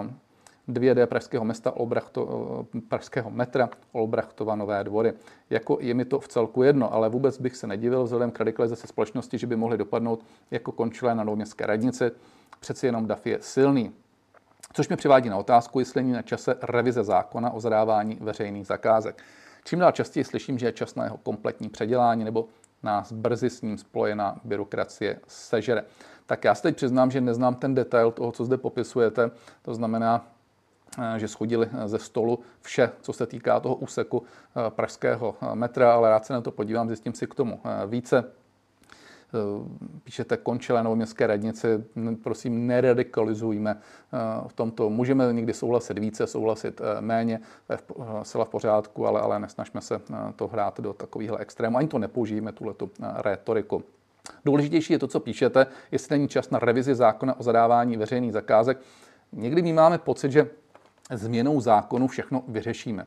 2D pražského metra Olbrachtova Nové Dvory. Jako je mi to v celku jedno, ale vůbec bych se nedivil vzhledem k radikalizaci společnosti, že by mohli dopadnout jako končilé na Novoměstské radnici. Přeci jenom DAF je silný. Což mě přivádí na otázku, jestli není na čase revize zákona o zadávání veřejných zakázek. Čím dál častěji slyším, že je čas na jeho kompletní předělání nebo nás brzy s ním spojená byrokracie sežere. Tak já se teď přiznám, že neznám ten detail toho, co zde popisujete. To znamená, že schodili ze stolu vše, co se týká toho úseku pražského metra, ale rád se na to podívám, zjistím si k tomu více. Píšete končilé Novoměstské radnici, prosím, neradikalizujme v tomto. Můžeme někdy souhlasit více, souhlasit méně, to je zcela v pořádku, ale nesnažme se to hrát do takovýchhle extrémů. Ani to nepoužijeme, tuhletu rétoriku. Důležitější je to, co píšete, jestli není čas na revizi zákona o zadávání veřejných zakázek. Někdy my máme pocit, že změnou zákonu všechno vyřešíme.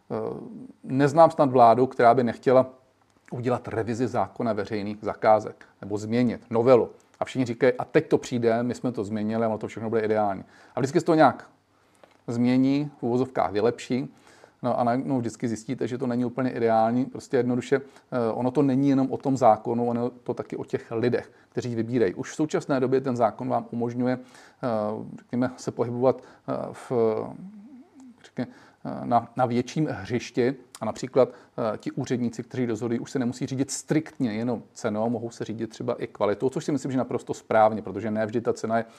Neznám snad vládu, která by nechtěla udělat revizi zákona veřejných zakázek nebo změnit novelu. A všichni říkají, a teď to přijde, my jsme to změnili a ono to všechno bude ideální. A vždycky se to nějak změní, v uvozovkách vylepší, no a najednou vždycky zjistíte, že to není úplně ideální. Prostě jednoduše ono to není jenom o tom zákonu, ono je to taky o těch lidech, kteří vybírají. Už v současné době ten zákon vám umožňuje, řekněme, se pohybovat na větším hřišti a například ti úředníci, kteří rozhodují, už se nemusí řídit striktně jenom cenou, mohou se řídit třeba i kvalitou, což si myslím, že naprosto správně, protože ne vždy ta cena je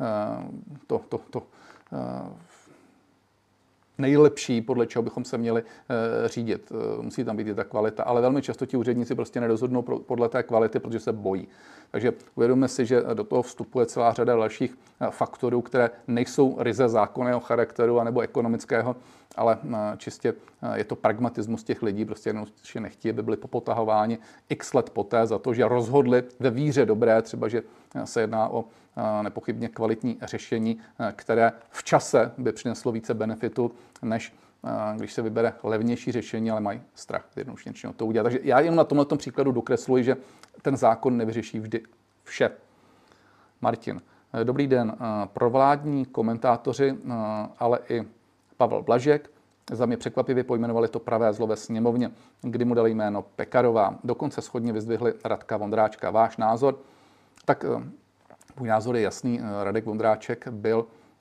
nejlepší, podle čeho bychom se měli řídit. Musí tam být i ta kvalita, ale velmi často ti úředníci prostě nerozhodnou podle té kvality, protože se bojí. Takže uvědomme si, že do toho vstupuje celá řada dalších faktorů, které nejsou ryze zákonného charakteru anebo ekonomického, ale čistě je to pragmatismus těch lidí, prostě jenom nechtějí, aby byli popotahováni x let poté za to, že rozhodli ve víře dobré, třeba že se jedná o nepochybně kvalitní řešení, které v čase by přineslo více benefitu, než když se vybere levnější řešení, ale mají strach jednoduše to udělat. Takže já jenom na tomto příkladu dokresluji, že ten zákon nevyřeší vždy vše. Martin, dobrý den. Provládní komentátoři, ale i Pavel Blažek za mě překvapivě pojmenovali to pravé zlo ve sněmovně, kdy mu dali jméno Pekarová. Dokonce shodně vyzdvihli Radka Vondráčka. Váš názor? Tak můj názor je jasný. Radek Vondráček byl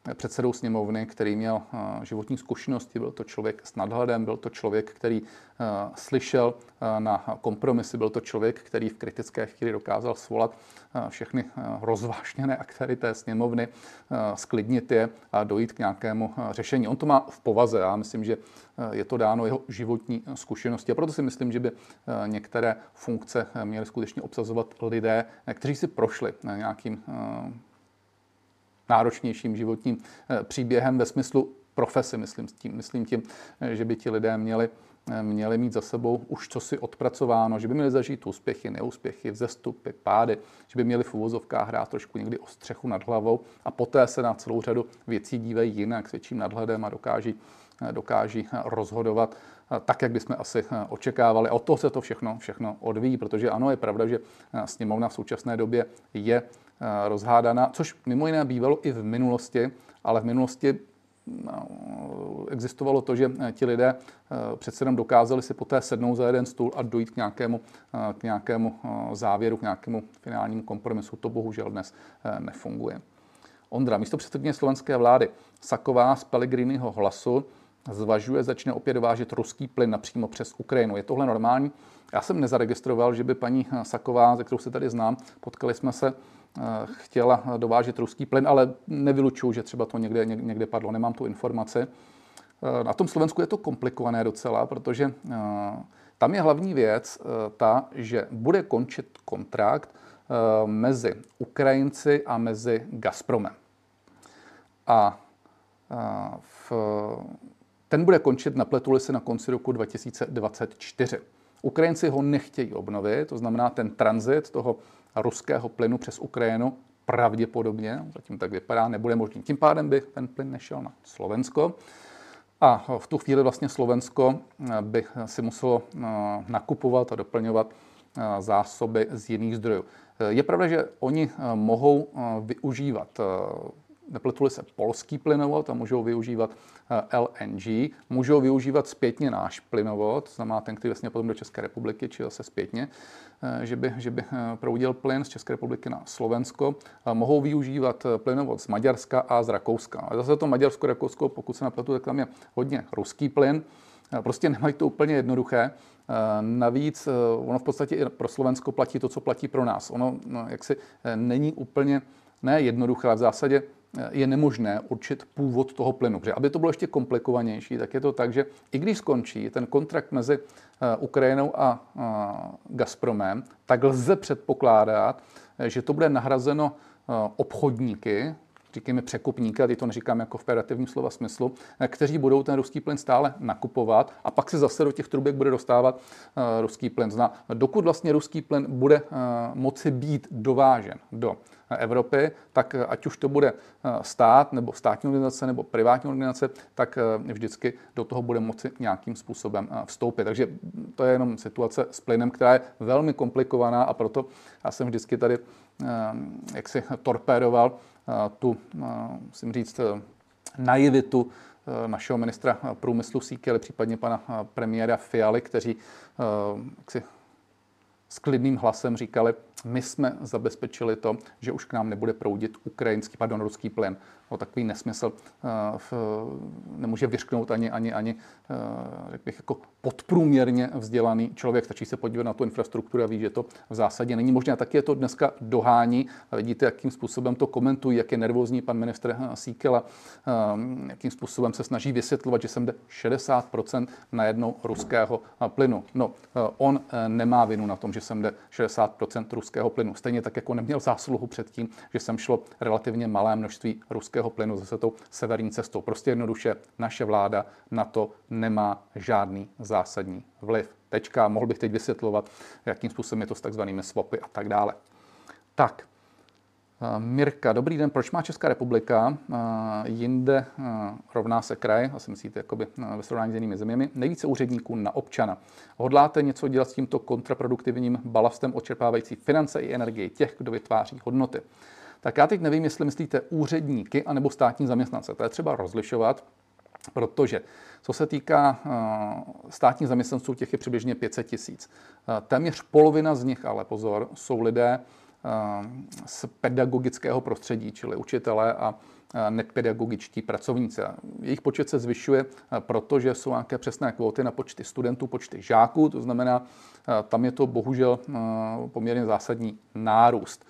předsedou sněmovny, který měl životní zkušenosti, byl to člověk s nadhledem, byl to člověk, který slyšel na kompromisy, byl to člověk, který v kritické chvíli dokázal svolat všechny rozvášněné aktéry té sněmovny, sklidnit je a dojít k nějakému řešení. On to má v povaze, já myslím, že je to dáno jeho životní zkušenosti a proto si myslím, že by některé funkce měly skutečně obsazovat lidé, kteří si prošli nějakým náročnějším životním příběhem ve smyslu profese, myslím tím, že by ti lidé měli mít za sebou už cosi odpracováno, že by měli zažít úspěchy, neúspěchy, vzestupy, pády, že by měli v uvozovkách hrát trošku někdy o střechu nad hlavou a poté se na celou řadu věcí dívají jinak, s větším nadhledem a dokáží rozhodovat tak, jak bychom asi očekávali. A od toho se to všechno odvíjí, protože ano, je pravda, že sněmovna v současné době je rozhádaná, což mimo jiné bývalo i v minulosti, ale v minulosti existovalo to, že ti lidé přece jenom dokázali si poté sednout za jeden stůl a dojít k nějakému závěru, k nějakému finálnímu kompromisu. To bohužel dnes nefunguje. Ondra, místopředsedkyně slovenské vlády Saková z Pellegriniho Hlasu zvažuje, začne opět dovážet ruský plyn napřímo přes Ukrajinu. Je tohle normální? Já jsem nezaregistroval, že by paní Saková, ze kterou se tady znám, potkali jsme se, chtěla dovážet ruský plyn, ale nevylučuju, že třeba to někde padlo, nemám tu informaci. Na tom Slovensku je to komplikované docela, protože tam je hlavní věc ta, že bude končit kontrakt mezi Ukrajinci a mezi Gazpromem. A ten bude končit, napletuli se na konci roku 2024. Ukrajinci ho nechtějí obnovit, to znamená ten tranzit toho ruského plynu přes Ukrajinu pravděpodobně, zatím tak vypadá, nebude možný. Tím pádem by ten plyn nešel na Slovensko a v tu chvíli vlastně Slovensko by si muselo nakupovat a doplňovat zásoby z jiných zdrojů. Je pravda, že oni mohou využívat, nepletuli se, polský plynovod a můžou využívat LNG, můžou využívat zpětně náš plynovod, znamená ten, který vlastně potom do České republiky, či zase zpětně, že by proudil plyn z České republiky na Slovensko. Mohou využívat plynovod z Maďarska a z Rakouska. A zase to Maďarsko-Rakousko, pokud se nepletu, tak tam je hodně ruský plyn. Prostě nemají to úplně jednoduché. Navíc ono v podstatě i pro Slovensko platí to, co platí pro nás. Ono jaksi není úplně jednoduché, ale v zásadě je nemožné určit původ toho plynu. Protože aby to bylo ještě komplikovanější, tak je to tak, že i když skončí ten kontrakt mezi Ukrajinou a Gazpromem, tak lze předpokládat, že to bude nahrazeno obchodníky, říkáme překupníky, a teď to neříkám jako v operativním slova smyslu, kteří budou ten ruský plyn stále nakupovat a pak se zase do těch trubek bude dostávat ruský plyn. Dokud vlastně ruský plyn bude moci být dovážen do Evropy, tak ať už to bude stát nebo státní organizace nebo privátní organizace, tak vždycky do toho bude moci nějakým způsobem vstoupit. Takže to je jenom situace s plynem, která je velmi komplikovaná a proto já jsem vždycky tady jaksi torpédoval tu, musím říct, naivitu našeho ministra průmyslu Síkely, případně pana premiéra Fialy, kteří jaksi s klidným hlasem říkali, my jsme zabezpečili to, že už k nám nebude proudit ruský plyn. O takový nesmysl nemůže vyřknout ani řekl bych, jako podprůměrně vzdělaný člověk. Stačí se podívat na tu infrastrukturu a ví, že to v zásadě není možné. A taky je to dneska dohání. Vidíte, jakým způsobem to komentují, jak je nervózní pan ministr Síkela, jakým způsobem se snaží vysvětlovat, že sem jde 60% najednou ruského plynu. No, on nemá vinu na tom, že sem jde 60% ruského plynu. Stejně tak, jako neměl zásluhu předtím, že sem šlo relativně malé množství ruského plynu zase tou severní cestou. Prostě jednoduše naše vláda na to nemá žádný zásadní vliv. Tečka. Mohl bych teď vysvětlovat, jakým způsobem je to s takzvanými swapy a tak dále. Tak, Mirka, dobrý den. Proč má Česká republika jinde rovná se kraj, asi myslíte jakoby ve srovnání s jinými zeměmi, nejvíce úředníků na občana? Hodláte něco dělat s tímto kontraproduktivním balastem odčerpávající finance i energii těch, kdo vytváří hodnoty? Tak já teď nevím, jestli myslíte úředníky anebo státní zaměstnance. To je třeba rozlišovat, protože co se týká státních zaměstnanců, těch je přibližně 500 000. Téměř polovina z nich, ale pozor, jsou lidé z pedagogického prostředí, čili učitelé a nepedagogičtí pracovníci. Jejich počet se zvyšuje, protože jsou nějaké přesné kvóty na počty studentů, počty žáků, to znamená, tam je to bohužel poměrně zásadní nárůst.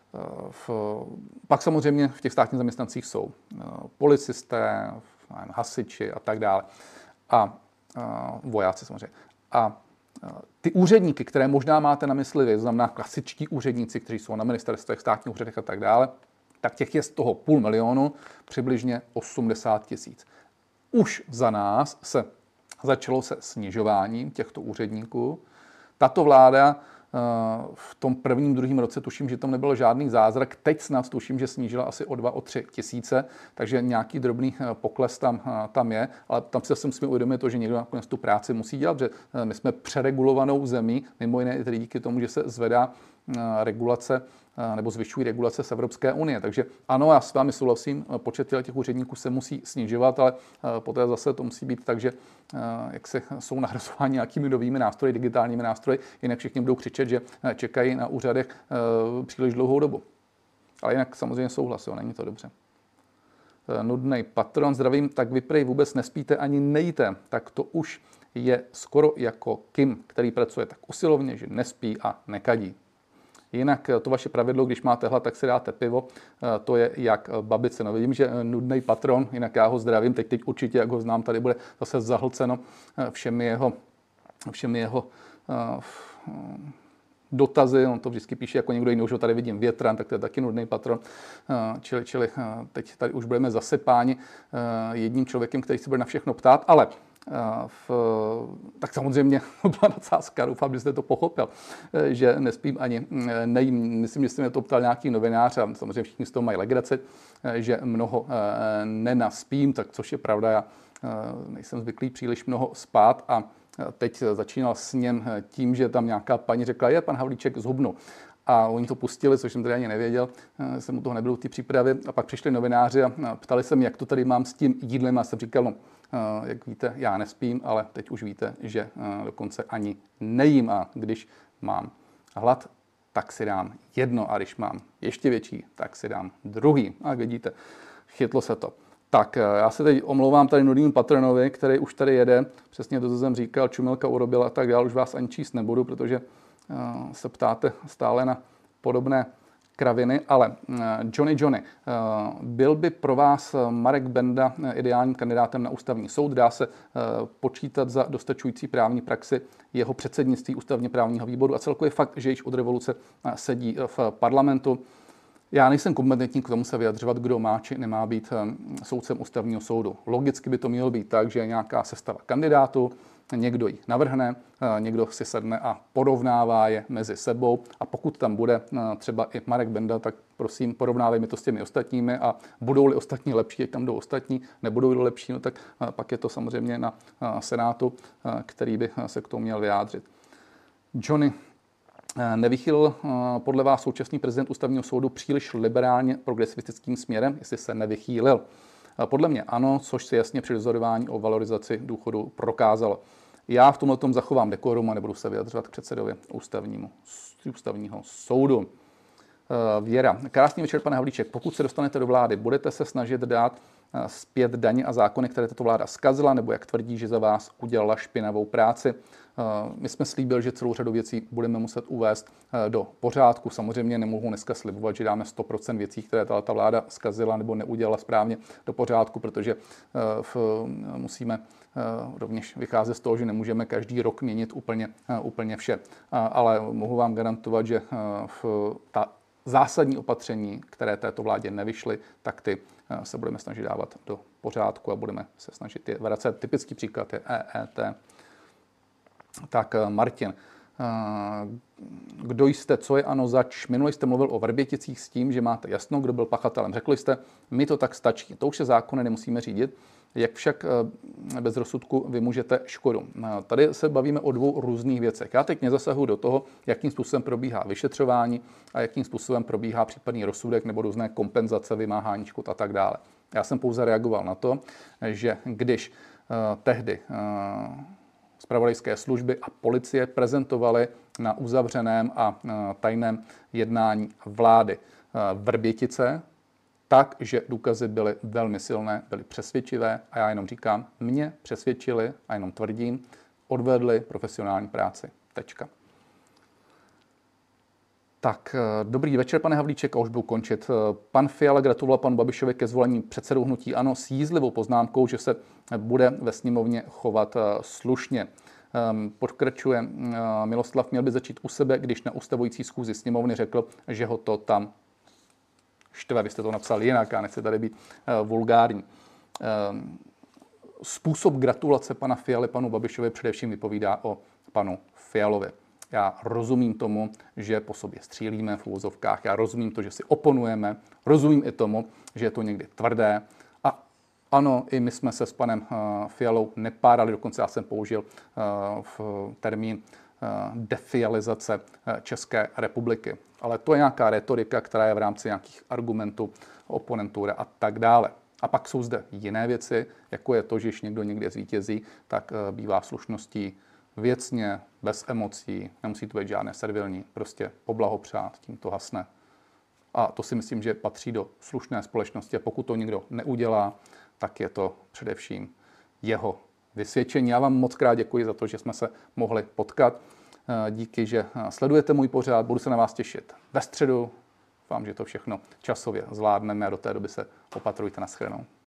Pak samozřejmě v těch státních zaměstnancích jsou policisté, hasiči a tak dále. A vojáci samozřejmě. A ty úředníky, které možná máte na mysli vy, to znamená klasičtí úředníci, kteří jsou na ministerstvech, státních úřadech a tak dále, tak těch je z toho 500 000 přibližně 80 000. Už za nás se začalo se snižováním těchto úředníků. Tato vláda v tom prvním, druhém roce tuším, že tam nebyl žádný zázrak. Teď snad tuším, že snížila asi o 2, o 3 tisíce, takže nějaký drobný pokles tam je, ale tam si musíme uvědomit to, že někdo nakonec tu práci musí dělat, že my jsme přeregulovanou zemí, mimo jiné i tedy díky tomu, že se zvedá regulace nebo zvyšují regulace z Evropské unie. Takže ano, já s vámi souhlasím, počet těch úředníků se musí snižovat, ale poté zase to musí být tak, že jak se jsou nahrazováni nějakými novými nástroji, digitálními nástroji, jinak všichni budou křičet, že čekají na úřadech příliš dlouhou dobu. Ale jinak samozřejmě souhlas, jo, není to dobře. Nudnej patron, zdravím, tak vy prej vůbec nespíte ani nejíte, tak to už je skoro jako Kim, který pracuje tak usilovně, že nespí a nekadí. Jinak to vaše pravidlo, když máte hlad, tak si dáte pivo, to je jak babice. No vidím, že nudnej patron, jinak já ho zdravím, teď určitě, jak ho znám, tady bude zase zahlceno všemi jeho dotazy, on to vždycky píše jako někdo jiný, už ho tady vidím Větran, tak to je taky nudný patron, čili teď tady už budeme zasypáni jedním člověkem, který se bude na všechno ptát, ale tak samozřejmě byla nadsázka, doufám, že jste to pochopil, že nespím ani nejím. Myslím, že jste mě to ptal nějaký novinář a samozřejmě všichni z toho mají legraci, že mnoho nenaspím, tak což je pravda, já nejsem zvyklý příliš mnoho spát a teď začínal sněm tím, že tam nějaká paní řekla, je pan Havlíček zhubnul. A oni to pustili, což jsem tady ani nevěděl, jsem u toho nebyl v té přípravě. A pak přišli novináři a ptali se mě, jak to tady mám s tím jídlem. A jsem říkal, no, jak víte, já nespím, ale teď už víte, že dokonce ani nejím. A když mám hlad, tak si dám jedno. A když mám ještě větší, tak si dám druhý. A vidíte, chytlo se to. Tak, já se teď omlouvám tady nudnému patronovi, který už tady jede. Přesně to, co jsem říkal, čumelka urobila a tak dále. Už vás ani číst nebudu, protože se ptáte stále na podobné kraviny, ale Johnny, byl by pro vás Marek Benda ideálním kandidátem na ústavní soud? Dá se počítat za dostačující právní praxi jeho předsednictví ústavně právního výboru a celkově fakt, že již od revoluce sedí v parlamentu? Já nejsem kompetentní k tomu se vyjadřovat, kdo má či nemá být soudcem ústavního soudu. Logicky by to mělo být tak, že je nějaká sestava kandidátů, někdo ji navrhne, někdo si sedne a porovnává je mezi sebou a pokud tam bude třeba i Marek Benda, tak prosím, porovnávejme to s těmi ostatními a budou-li ostatní lepší, jak tam jdou ostatní, nebudou-li lepší, no tak pak je to samozřejmě na Senátu, který by se k tomu měl vyjádřit. Johnny, nevychýlil podle vás současný prezident ústavního soudu příliš liberálně progresivistickým směrem, jestli se nevychýlil? Podle mě ano, což se jasně při rozhodování o valorizaci důchodu prokázalo. Já v tomhle tom zachovám dekorum a nebudu se vyjadřovat k předsedovi ústavního soudu. Věra. Krásný večer, pane Havlíček. Pokud se dostanete do vlády, budete se snažit dát zpět daně a zákony, které tato vláda zkazila, nebo jak tvrdí, že za vás udělala špinavou práci? My jsme slíbili, že celou řadu věcí budeme muset uvést do pořádku. Samozřejmě nemohu dneska slibovat, že dáme 100% věcí, které ta vláda zkazila nebo neudělala správně do pořádku, protože musíme rovněž vycházet z toho, že nemůžeme každý rok měnit úplně vše. Ale mohu vám garantovat, že ta zásadní opatření, které této vládě nevyšly, tak ty se budeme snažit dávat do pořádku a budeme se snažit je vracet. Typický příklad je EET. Tak Martin, kdo jste, co je ANO zač? Minule jste mluvil o Vrběticích s tím, že máte jasno, kdo byl pachatelem. Řekli jste, mi to tak stačí. To už se zákony nemusíme řídit. Jak však bez rozsudku vymůžete škodu? Tady se bavíme o dvou různých věcech. Já teď nezasahuji do toho, jakým způsobem probíhá vyšetřování a jakým způsobem probíhá případný rozsudek nebo různé kompenzace, vymáhání škod a tak dále. Já jsem pouze reagoval na to, že když tehdy zpravodajské služby a policie prezentovaly na uzavřeném a tajném jednání vlády Vrbětice, tak, že důkazy byly velmi silné, byly přesvědčivé a já jenom říkám, mě přesvědčili a jenom tvrdím, odvedli profesionální práci. Tečka. Tak, dobrý večer, pane Havlíček, a už budu končit. Pan Fiala gratuloval panu Babišovi ke zvolení předsedou hnutí ANO s jízlivou poznámkou, že se bude ve sněmovně chovat slušně. Pokračuje Miloslav, měl by začít u sebe, když na ustavující schůzi sněmovny řekl, že ho to tam štve. Vy jste to napsal jinak, já nechci tady být vulgární. Způsob gratulace pana Fialy panu Babišovi především vypovídá o panu Fialovi. Já rozumím tomu, že po sobě střílíme v úvozovkách, já rozumím to, že si oponujeme, rozumím i tomu, že je to někdy tvrdé. A ano, i my jsme se s panem Fialou nepárali, dokonce já jsem použil termín defializace České republiky. Ale to je nějaká retorika, která je v rámci nějakých argumentů, oponentury a tak dále. A pak jsou zde jiné věci, jako je to, že když někdo někde zvítězí, tak bývá slušností věcně, bez emocí, nemusí to být žádné servilní, prostě poblahopřát, tím to hasne. A to si myslím, že patří do slušné společnosti a pokud to někdo neudělá, tak je to především jeho vysvědčení. Já vám moc krát děkuji za to, že jsme se mohli potkat. Díky, že sledujete můj pořád, budu se na vás těšit ve středu. Doufám, že to všechno časově zvládneme a do té doby se opatrujte, na shledanou.